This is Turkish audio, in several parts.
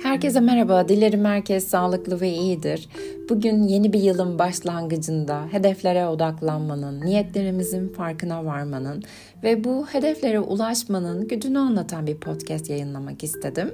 Herkese merhaba, dilerim herkes sağlıklı ve iyidir. Bugün yeni bir yılın başlangıcında hedeflere odaklanmanın, niyetlerimizin farkına varmanın ve bu hedeflere ulaşmanın gücünü anlatan bir podcast yayınlamak istedim.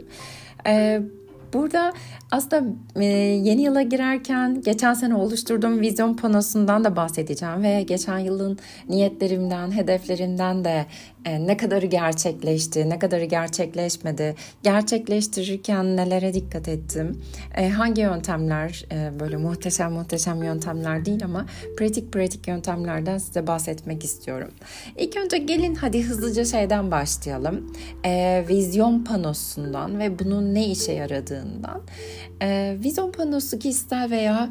Burada aslında yeni yıla girerken geçen sene oluşturduğum vizyon panosundan da bahsedeceğim ve geçen yılın niyetlerimden, hedeflerimden de ne kadarı gerçekleşti, ne kadarı gerçekleşmedi, gerçekleştirirken nelere dikkat ettim, hangi yöntemler, böyle muhteşem yöntemler değil ama pratik yöntemlerden size bahsetmek istiyorum. İlk önce gelin hadi hızlıca şeyden başlayalım. Vizyon panosundan ve bunun ne işe yaradığından. Vizyon panosu kişisel veya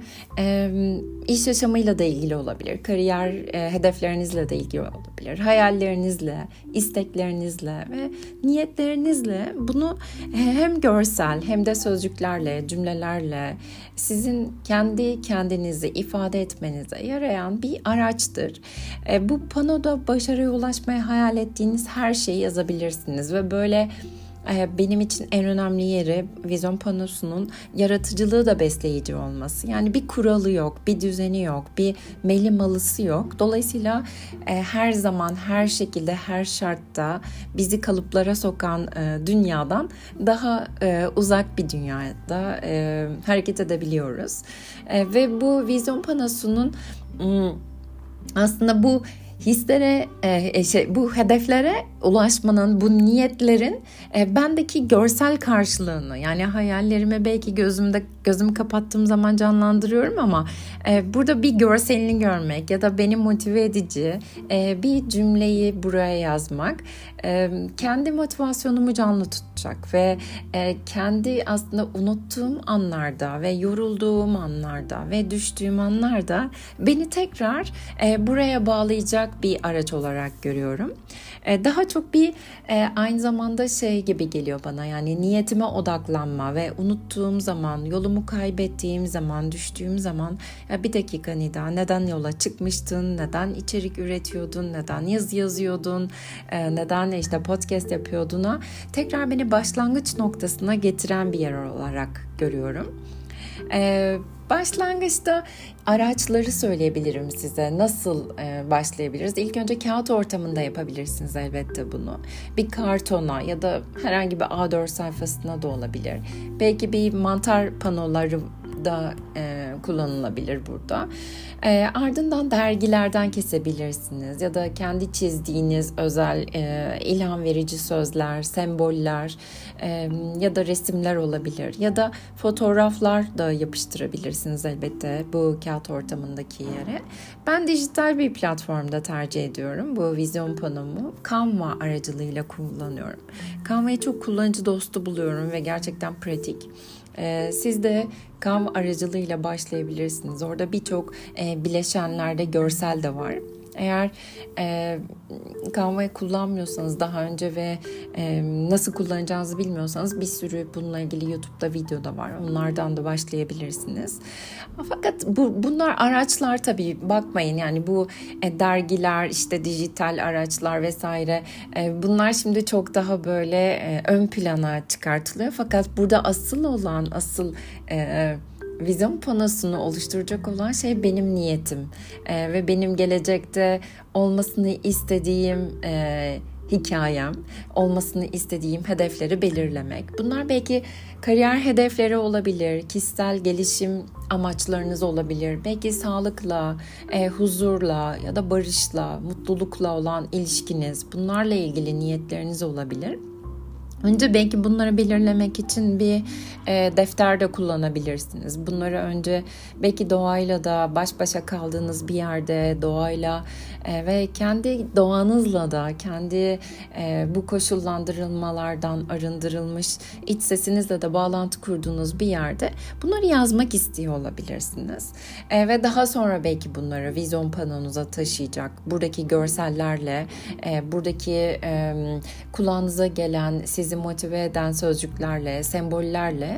iş yaşamıyla da ilgili olabilir, kariyer hedeflerinizle de ilgili olabilir, hayallerinizle, isteklerinizle ve niyetlerinizle bunu hem görsel hem de sözcüklerle, cümlelerle sizin kendi kendinizi ifade etmenize yarayan bir araçtır. Bu panoda başarıya ulaşmaya hayal ettiğiniz her şeyi yazabilirsiniz ve böyle benim için en önemli yeri vizyon panosunun yaratıcılığı da besleyici olması. Yani bir kuralı yok, bir düzeni yok, bir melimalısı yok. Dolayısıyla her zaman, her şekilde, her şartta bizi kalıplara sokan dünyadan daha uzak bir dünyada hareket edebiliyoruz. Ve bu vizyon panosunun aslında bu hislere, bu hedeflere ulaşmanın, bu niyetlerin bendeki görsel karşılığını, yani hayallerimi belki gözümü kapattığım zaman canlandırıyorum ama burada bir görselini görmek ya da beni motive edici bir cümleyi buraya yazmak kendi motivasyonumu canlı tutacak ve kendi aslında unuttuğum anlarda ve yorulduğum anlarda ve düştüğüm anlarda beni tekrar buraya bağlayacak bir araç olarak görüyorum. Daha çok bir aynı zamanda şey gibi geliyor bana, yani niyetime odaklanma ve unuttuğum zaman, yolumu kaybettiğim zaman, düştüğüm zaman ya bir dakika Nida, neden yola çıkmıştın, neden içerik üretiyordun, neden yazı yazıyordun, neden işte podcast yapıyorduna tekrar beni başlangıç noktasına getiren bir yer olarak görüyorum. Başlangıçta araçları söyleyebilirim size. Nasıl başlayabiliriz? İlk önce kağıt ortamında yapabilirsiniz elbette bunu. Bir kartona ya da herhangi bir A4 sayfasına da olabilir. Belki bir mantar panoları da kullanılabilir burada. Ardından dergilerden kesebilirsiniz ya da kendi çizdiğiniz özel ilham verici sözler, semboller ya da resimler olabilir ya da fotoğraflar da yapıştırabilirsiniz elbette bu kağıt ortamındaki yere. Ben dijital bir platformda tercih ediyorum. Bu vizyon panomu Canva aracılığıyla kullanıyorum. Canva'yı çok kullanıcı dostu buluyorum ve gerçekten pratik. Siz de Canva aracılığıyla başlayabilirsiniz. Orada birçok bileşenlerde görsel de var. Eğer Canva'yı kullanmıyorsanız daha önce ve nasıl kullanacağınızı bilmiyorsanız bir sürü bununla ilgili YouTube'da video da var. Onlardan da başlayabilirsiniz. Fakat bunlar araçlar tabii, bakmayın yani bu dergiler, işte dijital araçlar vesaire bunlar şimdi çok daha böyle ön plana çıkartılıyor. Fakat burada asıl vizyon panosunu oluşturacak olan şey benim niyetim ve benim gelecekte olmasını istediğim hikayem, olmasını istediğim hedefleri belirlemek. Bunlar belki kariyer hedefleri olabilir, kişisel gelişim amaçlarınız olabilir. Belki sağlıkla, huzurla ya da barışla, mutlulukla olan ilişkiniz, bunlarla ilgili niyetleriniz olabilir. Önce belki bunları belirlemek için bir defter de kullanabilirsiniz. Bunları önce belki doğayla da baş başa kaldığınız bir yerde, doğayla ve kendi doğanızla da, kendi bu koşullandırılmalardan arındırılmış iç sesinizle de bağlantı kurduğunuz bir yerde bunları yazmak istiyor olabilirsiniz. Ve daha sonra belki bunları vizyon panonuza taşıyacak, buradaki görsellerle, buradaki kulağınıza gelen, sizi motive eden sözcüklerle, sembollerle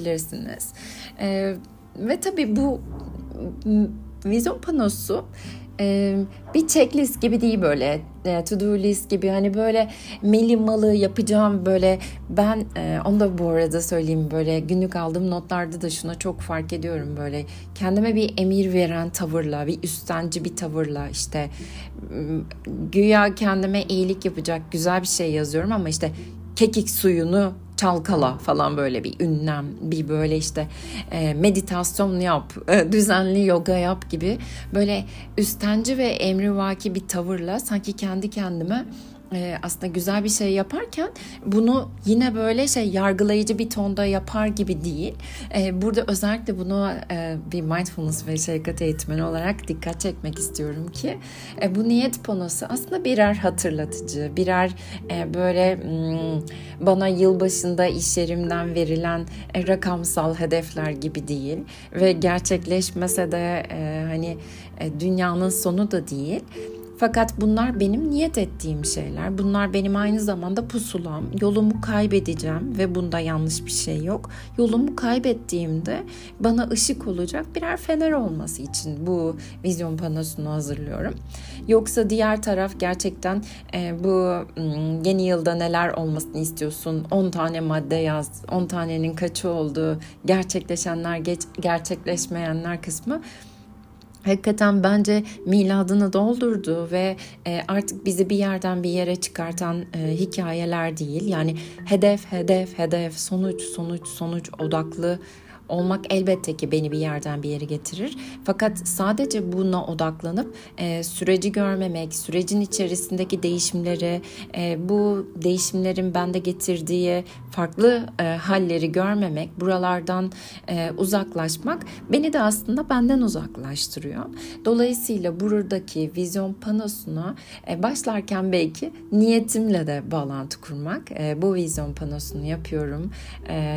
destekleyebilirsiniz. Ve tabii bu vizyon panosu Bir checklist gibi değil, böyle to do list gibi, hani böyle minimalı yapacağım böyle. Ben onu da bu arada söyleyeyim, böyle günlük aldığım notlarda da şuna çok fark ediyorum, böyle kendime bir emir veren tavırla, bir üstenci bir tavırla, işte güya kendime iyilik yapacak güzel bir şey yazıyorum ama işte kekik suyunu çalkala falan, böyle bir ünlem, bir böyle işte meditasyon yap, düzenli yoga yap gibi, böyle üstenci ve emrivaki bir tavırla sanki kendi kendime aslında güzel bir şey yaparken bunu yine böyle yargılayıcı bir tonda yapar gibi değil. Burada özellikle bunu bir mindfulness ve şefkat eğitmeni olarak dikkat çekmek istiyorum ki bu niyet panosu aslında birer hatırlatıcı, birer böyle bana yılbaşında iş yerimden verilen rakamsal hedefler gibi değil ve gerçekleşmese de hani dünyanın sonu da değil. Fakat bunlar benim niyet ettiğim şeyler. Bunlar benim aynı zamanda pusulam. Yolumu kaybedeceğim ve bunda yanlış bir şey yok. Yolumu kaybettiğimde bana ışık olacak birer fener olması için bu vizyon panosunu hazırlıyorum. Yoksa diğer taraf gerçekten bu yeni yılda neler olmasını istiyorsun? 10 tane madde yaz. 10 tanenin kaçı oldu? Gerçekleşenler, gerçekleşmeyenler kısmı hakikaten bence miladını doldurdu ve artık bizi bir yerden bir yere çıkartan hikayeler değil. Yani hedef, sonuç odaklı olmak elbette ki beni bir yerden bir yere getirir. Fakat sadece buna odaklanıp süreci görmemek, sürecin içerisindeki değişimleri, bu değişimlerin bende getirdiği farklı halleri görmemek, buralardan uzaklaşmak beni de aslında benden uzaklaştırıyor. Dolayısıyla buradaki vizyon panosuna başlarken belki niyetimle de bağlantı kurmak. Bu vizyon panosunu yapıyorum çünkü ...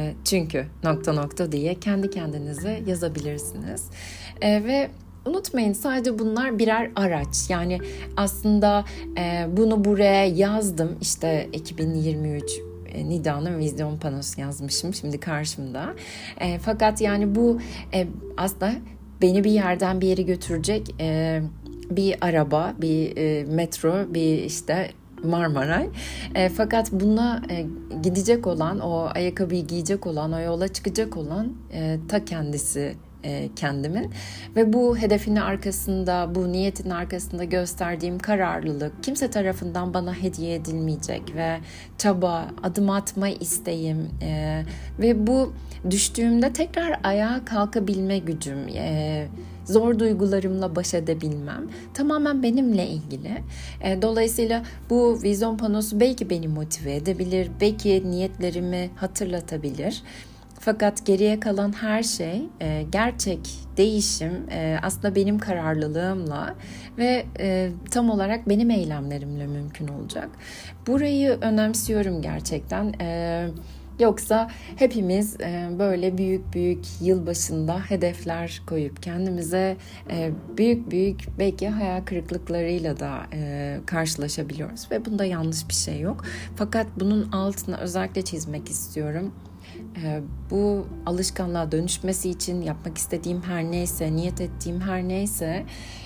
diye kendi kendinize yazabilirsiniz. Ve unutmayın, sadece bunlar birer araç. Yani aslında bunu buraya yazdım. İşte 2023 Nida'nın vizyon panosu yazmışım şimdi karşımda. Fakat yani bu aslında beni bir yerden bir yere götürecek bir araba, bir metro, bir işte Marmaray. Fakat buna gidecek olan, o ayakkabıyı giyecek olan, o yola çıkacak olan ta kendisi kendimin. Ve bu hedefin arkasında, bu niyetin arkasında gösterdiğim kararlılık kimse tarafından bana hediye edilmeyecek ve çaba, adım atma isteğim ve bu düştüğümde tekrar ayağa kalkabilme gücüm, zor duygularımla baş edebilmem tamamen benimle ilgili. Dolayısıyla bu vizyon panosu belki beni motive edebilir, belki niyetlerimi hatırlatabilir. Fakat geriye kalan her şey gerçek değişim aslında benim kararlılığımla ve tam olarak benim eylemlerimle mümkün olacak. Burayı önemsiyorum gerçekten. Yoksa hepimiz böyle büyük yılbaşında hedefler koyup kendimize büyük belki hayal kırıklıklarıyla da karşılaşabiliyoruz ve bunda yanlış bir şey yok. Fakat bunun altına özellikle çizmek istiyorum. Bu alışkanlığa dönüşmesi için yapmak istediğim her neyse, niyet ettiğim her neyse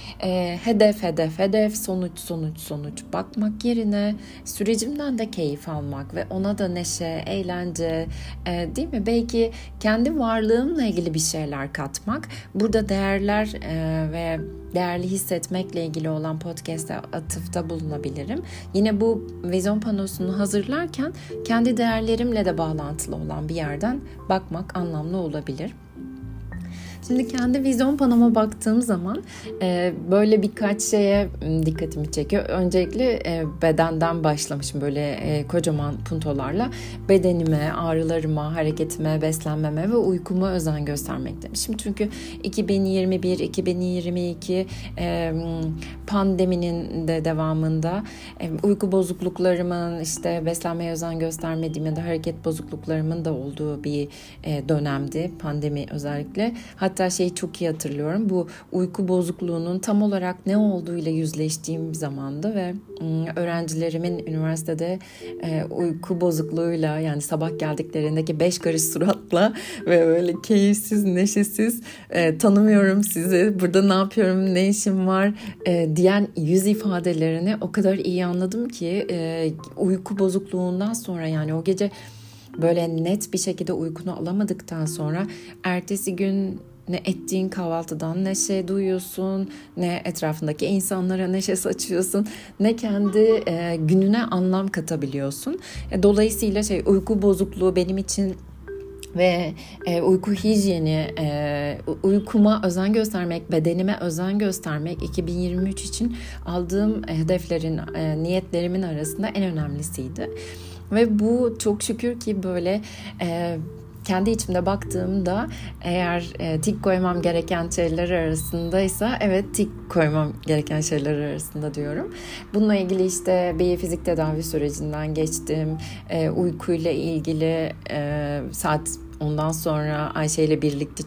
hedef, sonuç bakmak yerine sürecimden de keyif almak ve ona da neşe, eğlence, değil mi? Belki kendi varlığımla ilgili bir şeyler katmak. Burada değerler ve değerli hissetmekle ilgili olan podcast'e atıfta bulunabilirim. Yine bu vizyon panosunu hazırlarken kendi değerlerimle de bağlantılı olan bir yerden bakmak anlamlı olabilir. Şimdi kendi vizyon panoma baktığım zaman böyle birkaç şeye dikkatimi çekiyor. Öncelikle bedenden başlamışım, böyle kocaman puntolarla bedenime, ağrılarıma, hareketime, beslenmeme ve uykuma özen göstermek demişim. Çünkü 2021-2022 pandeminin de devamında Uyku bozukluklarımın, işte beslenmeye özen göstermediğim ya da hareket bozukluklarımın da olduğu bir dönemdi, pandemi özellikle. Hatta şeyi çok iyi hatırlıyorum, bu uyku bozukluğunun tam olarak ne olduğuyla yüzleştiğim bir zamandı ve öğrencilerimin üniversitede uyku bozukluğuyla, yani sabah geldiklerindeki 5 karış suratla ve böyle keyifsiz, neşesiz, tanımıyorum sizi, burada ne yapıyorum, ne işim var diyen yüz ifadelerini o kadar iyi anladım ki uyku bozukluğundan sonra, yani o gece böyle net bir şekilde uykunu alamadıktan sonra ertesi gün ne ettiğin kahvaltıdan neşe duyuyorsun, ne etrafındaki insanlara neşe saçıyorsun, ne kendi gününe anlam katabiliyorsun. Dolayısıyla uyku bozukluğu benim için ve uyku hijyeni, uykuma özen göstermek, bedenime özen göstermek 2023 için aldığım hedeflerin, niyetlerimin arasında en önemlisiydi. Ve bu çok şükür ki böyle kendi içimde baktığımda eğer tik koymam gereken şeyler arasındaysa evet, tik koymam gereken şeyler arasında diyorum. Bununla ilgili işte bir fizik tedavi sürecinden geçtim. Uykuyla ilgili saat ondan sonra Ayşe ile birlikte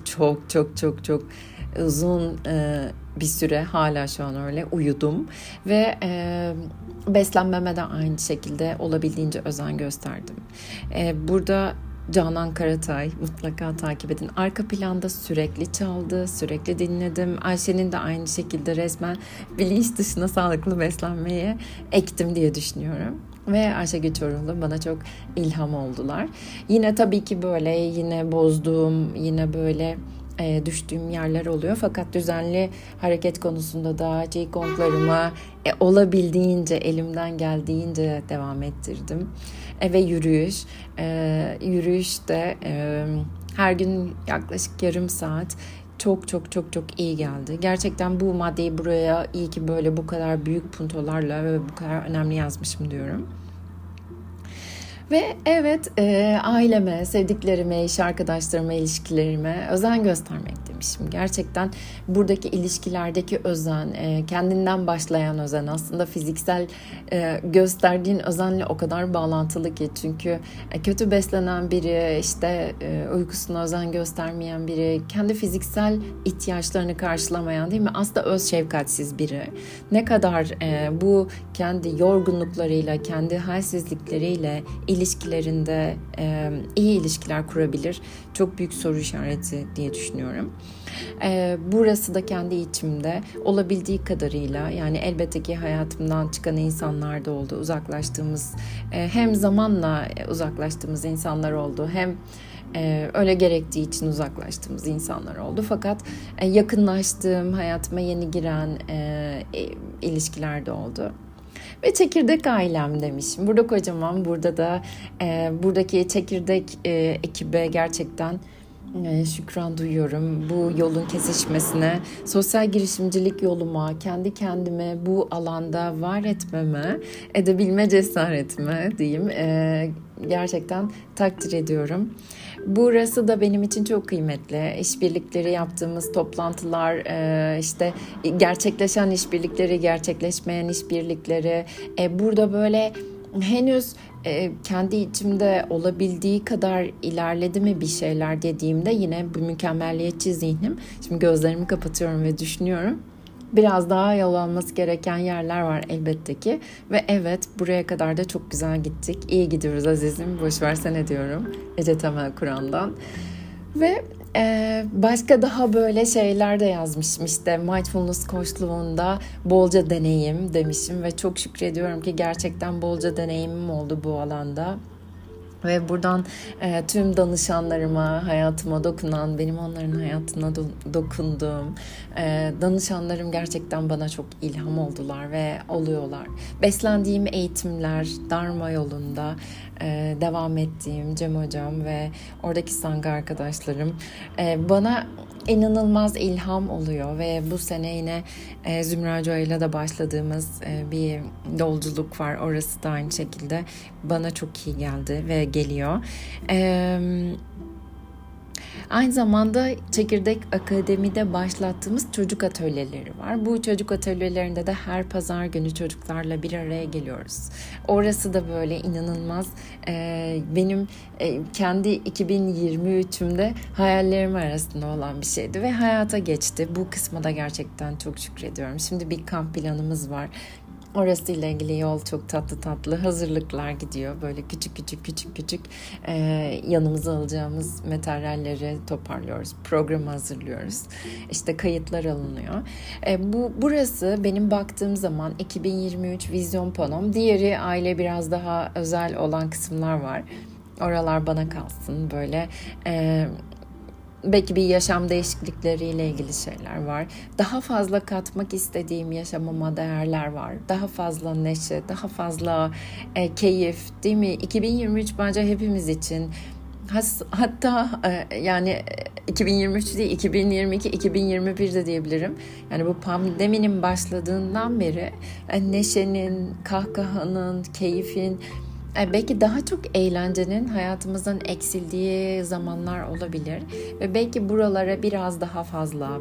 çok uzun bir süre, hala şu an öyle, uyudum ve beslenmeme de aynı şekilde olabildiğince özen gösterdim. Burada Canan Karatay mutlaka takip edin. Arka planda sürekli çaldı, sürekli dinledim. Ayşe'nin de aynı şekilde resmen bilinç dışına sağlıklı beslenmeye ektim diye düşünüyorum. Ve Ayşegül Çorumlu bana çok ilham oldular. Yine tabii ki böyle yine bozduğum, yine böyle düştüğüm yerler oluyor. Fakat düzenli hareket konusunda da Qigong'larıma olabildiğince, elimden geldiğince devam ettirdim. Ve yürüyüş. Yürüyüşte her gün yaklaşık yarım saat çok iyi geldi. Gerçekten bu maddeyi buraya iyi ki böyle bu kadar büyük puntolarla ve bu kadar önemli yazmışım diyorum. Ve evet, aileme, sevdiklerime, iş arkadaşlarıma, ilişkilerime özen göstermek demişim. Gerçekten buradaki ilişkilerdeki özen, kendinden başlayan özen, aslında fiziksel gösterdiğin özenle o kadar bağlantılı ki. Çünkü kötü beslenen biri, işte uykusuna özen göstermeyen biri, kendi fiziksel ihtiyaçlarını karşılamayan, değil mi? Aslında öz şefkatsiz biri. Ne kadar bu kendi yorgunluklarıyla, kendi halsizlikleriyle ilişkilerinde iyi ilişkiler kurabilir. Çok büyük soru işareti diye düşünüyorum. Burası da kendi içimde olabildiği kadarıyla, yani elbette ki hayatımdan çıkan insanlar da oldu. Uzaklaştığımız, hem zamanla uzaklaştığımız insanlar oldu, hem öyle gerektiği için uzaklaştığımız insanlar oldu. Fakat yakınlaştığım, hayatıma yeni giren ilişkiler de oldu. Ve çekirdek ailem demişim. Burada kocaman, burada da buradaki çekirdek ekibe gerçekten şükran duyuyorum. Bu yolun kesişmesine, sosyal girişimcilik yoluma, kendi kendime bu alanda var etmeme, edebilme cesaretime diyeyim. Gerçekten takdir ediyorum. Burası da benim için çok kıymetli. İşbirlikleri yaptığımız toplantılar, işte gerçekleşen işbirlikleri, gerçekleşmeyen işbirlikleri. Burada böyle henüz kendi içimde olabildiği kadar ilerledi mi bir şeyler dediğimde yine bu mükemmelliyetçi zihnim. Şimdi gözlerimi kapatıyorum ve düşünüyorum. Biraz daha yol alması gereken yerler var elbette ki. Ve evet, buraya kadar da çok güzel gittik. İyi gidiyoruz azizim. Boşversene diyorum. Ece Temel Kur'an'dan. Ve başka daha böyle şeyler de yazmışım. İşte mindfulness koçluğunda bolca deneyim demişim. Ve çok şükrediyorum ki gerçekten bolca deneyimim oldu bu alanda. Ve buradan tüm danışanlarıma, hayatıma dokunan, benim onların hayatına dokunduğum danışanlarım gerçekten bana çok ilham oldular ve oluyorlar. Beslendiğim eğitimler, Dharma yolunda devam ettiğim Cem Hocam ve oradaki Sangha arkadaşlarım bana inanılmaz ilham oluyor ve bu sene yine Zümra Hoca ile de başladığımız bir yolculuk var. Orası da aynı şekilde bana çok iyi geldi ve geliyor. Aynı zamanda Çekirdek Akademi'de başlattığımız çocuk atölyeleri var. Bu çocuk atölyelerinde de her pazar günü çocuklarla bir araya geliyoruz. Orası da böyle inanılmaz benim kendi 2023'ümde hayallerim arasında olan bir şeydi ve hayata geçti. Bu kısma da gerçekten çok şükrediyorum. Şimdi bir kamp planımız var. Orası ile ilgili yol çok tatlı hazırlıklar gidiyor. Böyle küçük yanımıza alacağımız materyalleri toparlıyoruz. Programı hazırlıyoruz. İşte kayıtlar alınıyor. Burası benim baktığım zaman 2023 vizyon panom. Diğeri aile biraz daha özel olan kısımlar var. Oralar bana kalsın böyle. Belki bir yaşam değişiklikleriyle ilgili şeyler var. Daha fazla katmak istediğim yaşamama değerler var. Daha fazla neşe, daha fazla keyif, değil mi? 2023 bence hepimiz için. Hatta yani 2023 değil, 2022, 2021 de diyebilirim. Yani bu pandeminin başladığından beri neşenin, kahkahanın, keyfin, belki daha çok eğlencenin hayatımızdan eksildiği zamanlar olabilir. Ve belki buralara biraz daha fazla,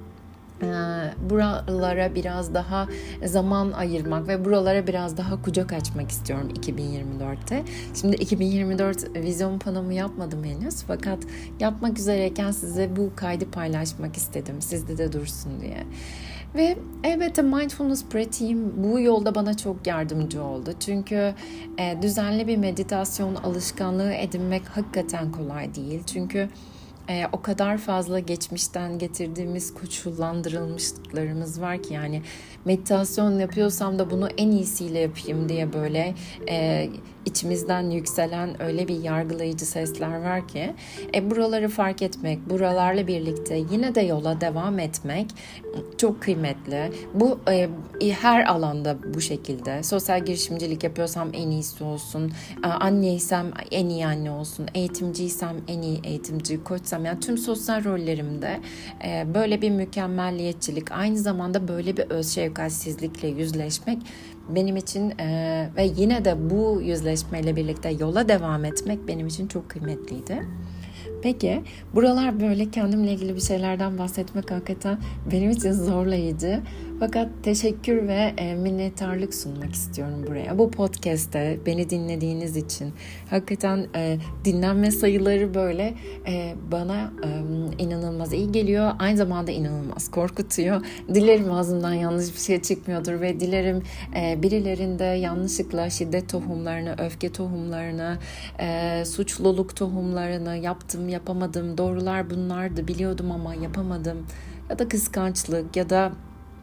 buralara biraz daha zaman ayırmak ve buralara biraz daha kucak açmak istiyorum 2024'te. Şimdi 2024 vizyon panomu yapmadım henüz, fakat yapmak üzereyken size bu kaydı paylaşmak istedim. Sizde de dursun diye. Ve elbette mindfulness pratiğim bu yolda bana çok yardımcı oldu. Çünkü düzenli bir meditasyon alışkanlığı edinmek hakikaten kolay değil. Çünkü o kadar fazla geçmişten getirdiğimiz koşullandırılmışlıklarımız var ki, yani meditasyon yapıyorsam da bunu en iyisiyle yapayım diye böyle içimizden yükselen öyle bir yargılayıcı sesler var ki buraları fark etmek, buralarla birlikte yine de yola devam etmek çok kıymetli. Bu her alanda bu şekilde. Sosyal girişimcilik yapıyorsam en iyisi olsun, anneysem en iyi anne olsun, eğitimciysem en iyi eğitimci, koçsam, yani tüm sosyal rollerimde böyle bir mükemmelliyetçilik, aynı zamanda böyle bir öz şefkatsizlikle yüzleşmek benim için ve yine de bu yüzleşmeyle birlikte yola devam etmek benim için çok kıymetliydi. Peki, buralar böyle kendimle ilgili bir şeylerden bahsetmek hakikaten benim için zorlayıcı. Fakat teşekkür ve minnettarlık sunmak istiyorum buraya. Bu podcast'te beni dinlediğiniz için hakikaten dinlenme sayıları böyle bana inanılmaz iyi geliyor. Aynı zamanda inanılmaz korkutuyor. Dilerim ağzımdan yanlış bir şey çıkmıyordur ve dilerim birilerinde yanlışlıkla şiddet tohumlarını, öfke tohumlarını, suçluluk tohumlarını, yapamadım, doğrular bunlardı, biliyordum ama yapamadım, ya da kıskançlık ya da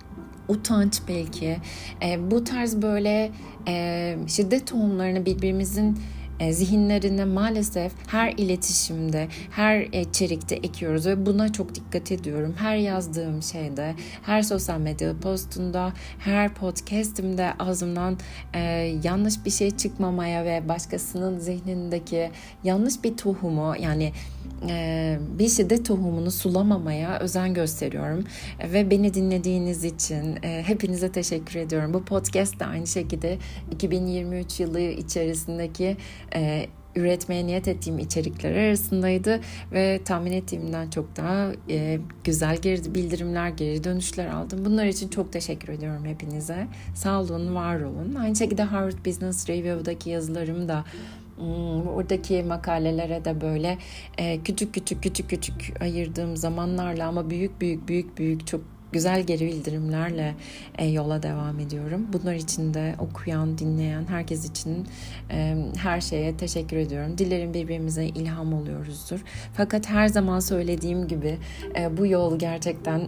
utanç belki. Bu tarz böyle şiddet tohumlarını birbirimizin zihinlerine maalesef her iletişimde, her içerikte ekiyoruz ve buna çok dikkat ediyorum. Her yazdığım şeyde, her sosyal medya postunda, her podcastimde ağzımdan yanlış bir şey çıkmamaya ve başkasının zihnindeki yanlış bir tohumu, yani bir şiddet tohumunu sulamamaya özen gösteriyorum. Ve beni dinlediğiniz için hepinize teşekkür ediyorum. Bu podcast de aynı şekilde 2023 yılı içerisindeki üretmeye niyet ettiğim içerikler arasındaydı ve tahmin ettiğimden çok daha güzel geri bildirimler, geri dönüşler aldım. Bunlar için çok teşekkür ediyorum hepinize. Sağ olun, var olun. Aynı şekilde Harvard Business Review'daki yazılarım da, oradaki makalelere de böyle küçük ayırdığım zamanlarla ama büyük çok güzel geri bildirimlerle yola devam ediyorum. Bunlar için de okuyan, dinleyen herkes için her şeye teşekkür ediyorum. Dilerim birbirimize ilham oluyoruzdur. Fakat her zaman söylediğim gibi bu yol gerçekten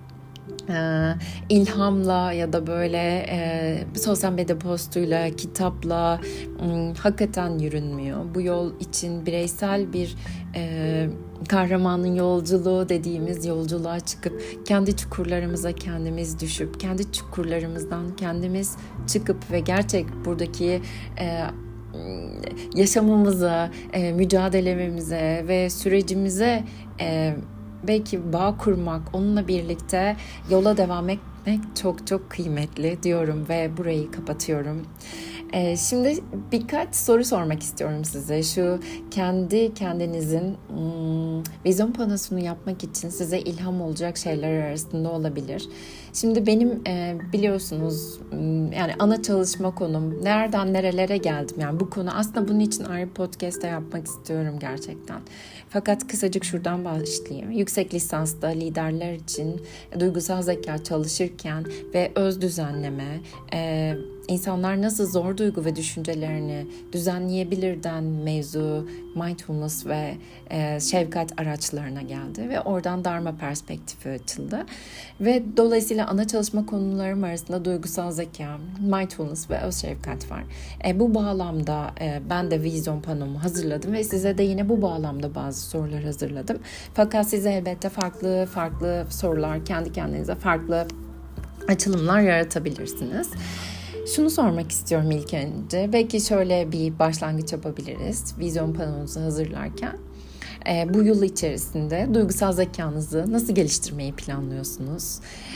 ilhamla ya da böyle sosyal medya postuyla, kitapla hakikaten yürünmüyor. Bu yol için bireysel bir kahramanın yolculuğu dediğimiz yolculuğa çıkıp kendi çukurlarımıza kendimiz düşüp, kendi çukurlarımızdan kendimiz çıkıp ve gerçek buradaki yaşamımıza, mücadelemize ve sürecimize belki bağ kurmak, onunla birlikte yola devam etmek çok kıymetli diyorum ve burayı kapatıyorum. Şimdi birkaç soru sormak istiyorum size. Şu kendi kendinizin vizyon panosunu yapmak için size ilham olacak şeyler arasında olabilir. Şimdi benim biliyorsunuz yani ana çalışma konum, nereden nerelere geldim, yani bu konu aslında bunun için ayrı podcast'te yapmak istiyorum gerçekten. Fakat kısacık şuradan başlayayım. Yüksek lisansta liderler için duygusal zeka çalışırken ve öz düzenleme, insanlar nasıl zor duygu ve düşüncelerini düzenleyebilirden mevzu mindfulness ve şefkat araçlarına geldi ve oradan Dharma perspektifi açıldı. Ve dolayısıyla ana çalışma konularım arasında duygusal zeka, mindfulness ve öz şefkat var. Bu bağlamda ben de vizyon panomu hazırladım ve size de yine bu bağlamda bazı sorular hazırladım. Fakat size elbette farklı sorular, kendi kendinize farklı açılımlar yaratabilirsiniz. Şunu sormak istiyorum ilk önce. Belki şöyle bir başlangıç yapabiliriz vizyon panomuzu hazırlarken. Bu yıl içerisinde duygusal zekanızı nasıl geliştirmeyi planlıyorsunuz?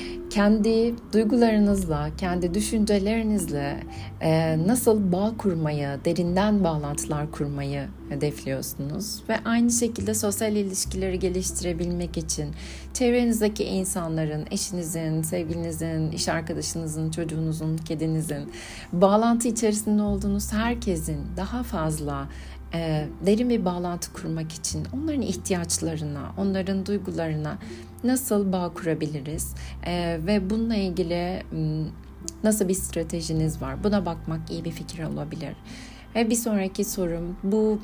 Kendi duygularınızla, kendi düşüncelerinizle nasıl bağ kurmayı, derinden bağlantılar kurmayı hedefliyorsunuz? Ve aynı şekilde sosyal ilişkileri geliştirebilmek için çevrenizdeki insanların, eşinizin, sevgilinizin, iş arkadaşınızın, çocuğunuzun, kedinizin, bağlantı içerisinde olduğunuz herkesin daha fazla derin bir bağlantı kurmak için onların ihtiyaçlarına, onların duygularına nasıl bağ kurabiliriz ve bununla ilgili nasıl bir stratejiniz var? Buna bakmak iyi bir fikir olabilir. Ve bir sonraki sorum, bu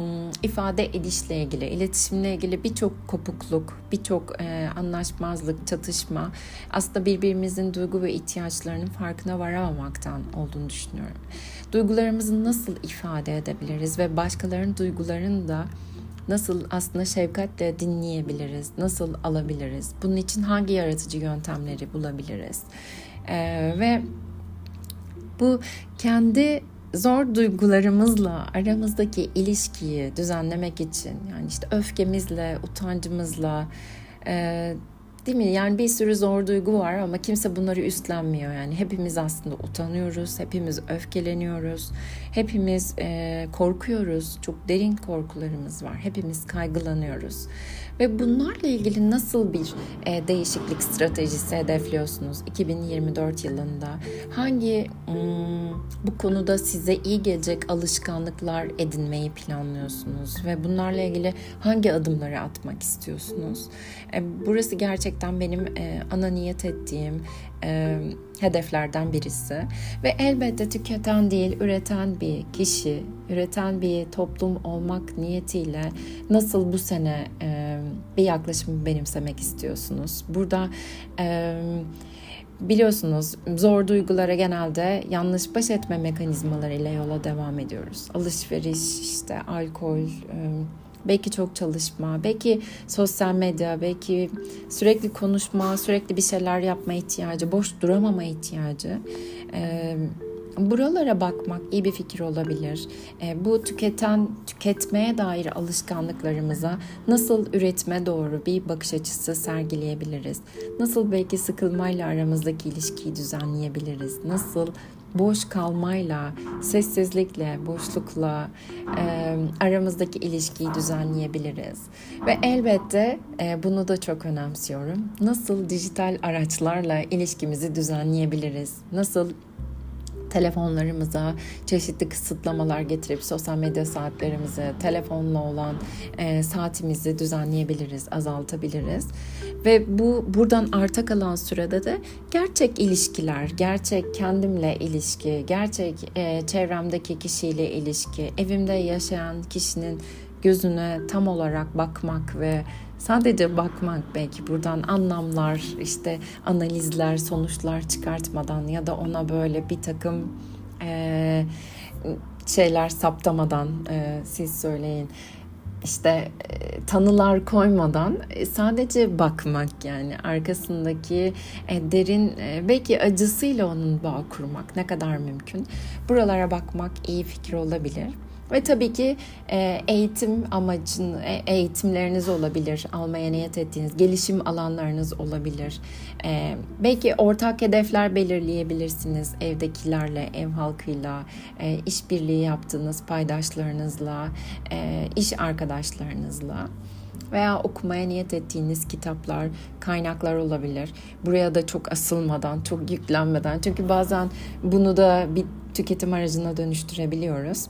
ifade edişle ilgili, iletişimle ilgili birçok kopukluk, birçok anlaşmazlık, çatışma aslında birbirimizin duygu ve ihtiyaçlarının farkına varamamaktan olduğunu düşünüyorum. Duygularımızı nasıl ifade edebiliriz ve başkalarının duygularını da nasıl aslında şefkatle dinleyebiliriz, nasıl alabiliriz? Bunun için hangi yaratıcı yöntemleri bulabiliriz? Ve bu kendi zor duygularımızla aramızdaki ilişkiyi düzenlemek için, yani işte öfkemizle, utancımızla, değil mi? Yani bir sürü zor duygu var ama kimse bunları üstlenmiyor. Yani hepimiz aslında utanıyoruz, hepimiz öfkeleniyoruz, hepimiz korkuyoruz. Çok derin korkularımız var. Hepimiz kaygılanıyoruz. Ve bunlarla ilgili nasıl bir değişiklik stratejisi hedefliyorsunuz 2024 yılında? Hangi bu konuda size iyi gelecek alışkanlıklar edinmeyi planlıyorsunuz? Ve bunlarla ilgili hangi adımları atmak istiyorsunuz? Burası gerçekten benim ana niyet ettiğim hedeflerden birisi. Ve elbette tüketen değil, üreten bir kişi, üreten bir toplum olmak niyetiyle nasıl bu sene bir yaklaşımı benimsemek istiyorsunuz? Burada biliyorsunuz zor duygulara genelde yanlış baş etme mekanizmalarıyla yola devam ediyoruz. Alışveriş, işte alkol, belki çok çalışma, belki sosyal medya, belki sürekli konuşma, sürekli bir şeyler yapma ihtiyacı, boş duramama ihtiyacı. Buralara bakmak iyi bir fikir olabilir. Bu tüketmeye dair alışkanlıklarımıza nasıl üretime doğru bir bakış açısı sergileyebiliriz? Nasıl belki sıkılmayla aramızdaki ilişkiyi düzenleyebiliriz? Nasıl boş kalmayla, sessizlikle, boşlukla aramızdaki ilişkiyi düzenleyebiliriz? Ve elbette bunu da çok önemsiyorum. Nasıl dijital araçlarla ilişkimizi düzenleyebiliriz? Nasıl telefonlarımıza çeşitli kısıtlamalar getirip sosyal medya saatlerimizi, telefonla olan saatimizi düzenleyebiliriz, azaltabiliriz. Ve buradan arta kalan sürede de gerçek ilişkiler, gerçek kendimle ilişki, gerçek çevremdeki kişiyle ilişki, evimde yaşayan kişinin gözüne tam olarak bakmak ve sadece bakmak, belki buradan anlamlar, işte analizler, sonuçlar çıkartmadan ya da ona böyle bir takım şeyler saptamadan, siz söyleyin, işte tanılar koymadan sadece bakmak, yani arkasındaki derin belki acısıyla onun bağ kurmak ne kadar mümkün. Buralara bakmak iyi fikir olabilir. Ve tabii ki eğitimleriniz olabilir, almaya niyet ettiğiniz gelişim alanlarınız olabilir. Belki ortak hedefler belirleyebilirsiniz evdekilerle, ev halkıyla, işbirliği yaptığınız paydaşlarınızla, iş arkadaşlarınızla. Veya okumaya niyet ettiğiniz kitaplar, kaynaklar olabilir. Buraya da çok asılmadan, çok yüklenmeden. Çünkü bazen bunu da bir tüketim aracına dönüştürebiliyoruz.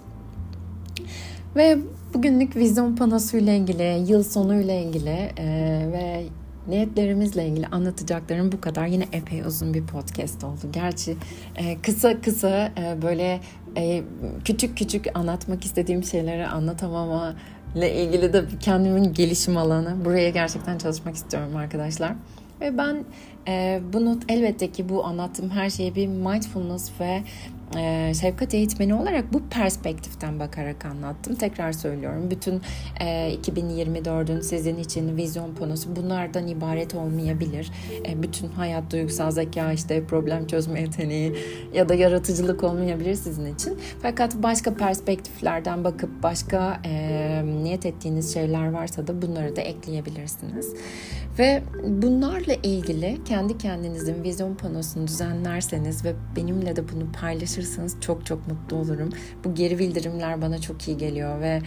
Ve bugünlük vizyon panosuyla ilgili, yıl sonuyla ilgili ve niyetlerimizle ilgili anlatacaklarım bu kadar. Yine epey uzun bir podcast oldu. Gerçi kısa böyle küçük küçük anlatmak istediğim şeyleri anlatamama ile ilgili de kendimin gelişim alanı. Buraya gerçekten çalışmak istiyorum arkadaşlar. Ve ben bunu elbette ki bu anlattığım her şeyi bir mindfulness ve şefkat eğitmeni olarak bu perspektiften bakarak anlattım. Tekrar söylüyorum. Bütün 2024'ün sizin için vizyon panosu bunlardan ibaret olmayabilir. Bütün hayat, duygusal zeka, işte problem çözme yeteneği ya da yaratıcılık olmayabilir sizin için. Fakat başka perspektiflerden bakıp başka niyet ettiğiniz şeyler varsa da bunları da ekleyebilirsiniz. Ve bunlarla ilgili kendi kendinizin vizyon panosunu düzenlerseniz ve benimle de bunu paylaşırsanız çok çok mutlu olurum. Bu geri bildirimler bana çok iyi geliyor ve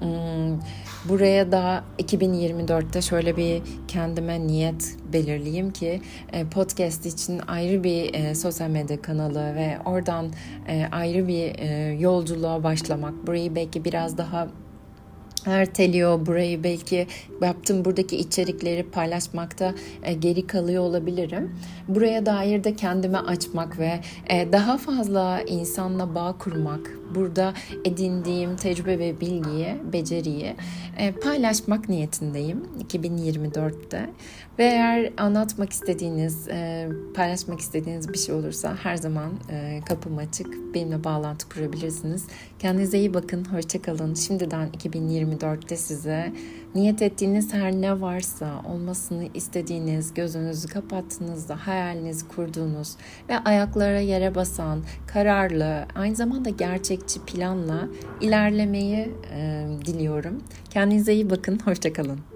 buraya da 2024'te şöyle bir kendime niyet belirleyeyim ki podcast için ayrı bir sosyal medya kanalı ve oradan ayrı bir yolculuğa başlamak. Burayı belki biraz daha erteliyor, burayı belki yaptığım buradaki içerikleri paylaşmakta geri kalıyor olabilirim. Buraya dair de kendimi açmak ve daha fazla insanla bağ kurmak, burada edindiğim tecrübe ve bilgiyi, beceriyi paylaşmak niyetindeyim 2024'te. Ve eğer anlatmak istediğiniz, paylaşmak istediğiniz bir şey olursa her zaman kapım açık. Benimle bağlantı kurabilirsiniz. Kendinize iyi bakın, hoşça kalın. Şimdiden 2024'te size niyet ettiğiniz her ne varsa, olmasını istediğiniz, gözünüzü kapattığınızda hayalinizi kurduğunuz ve ayaklara yere basan, kararlı, aynı zamanda gerçekçi planla ilerlemeyi diliyorum. Kendinize iyi bakın, hoşça kalın.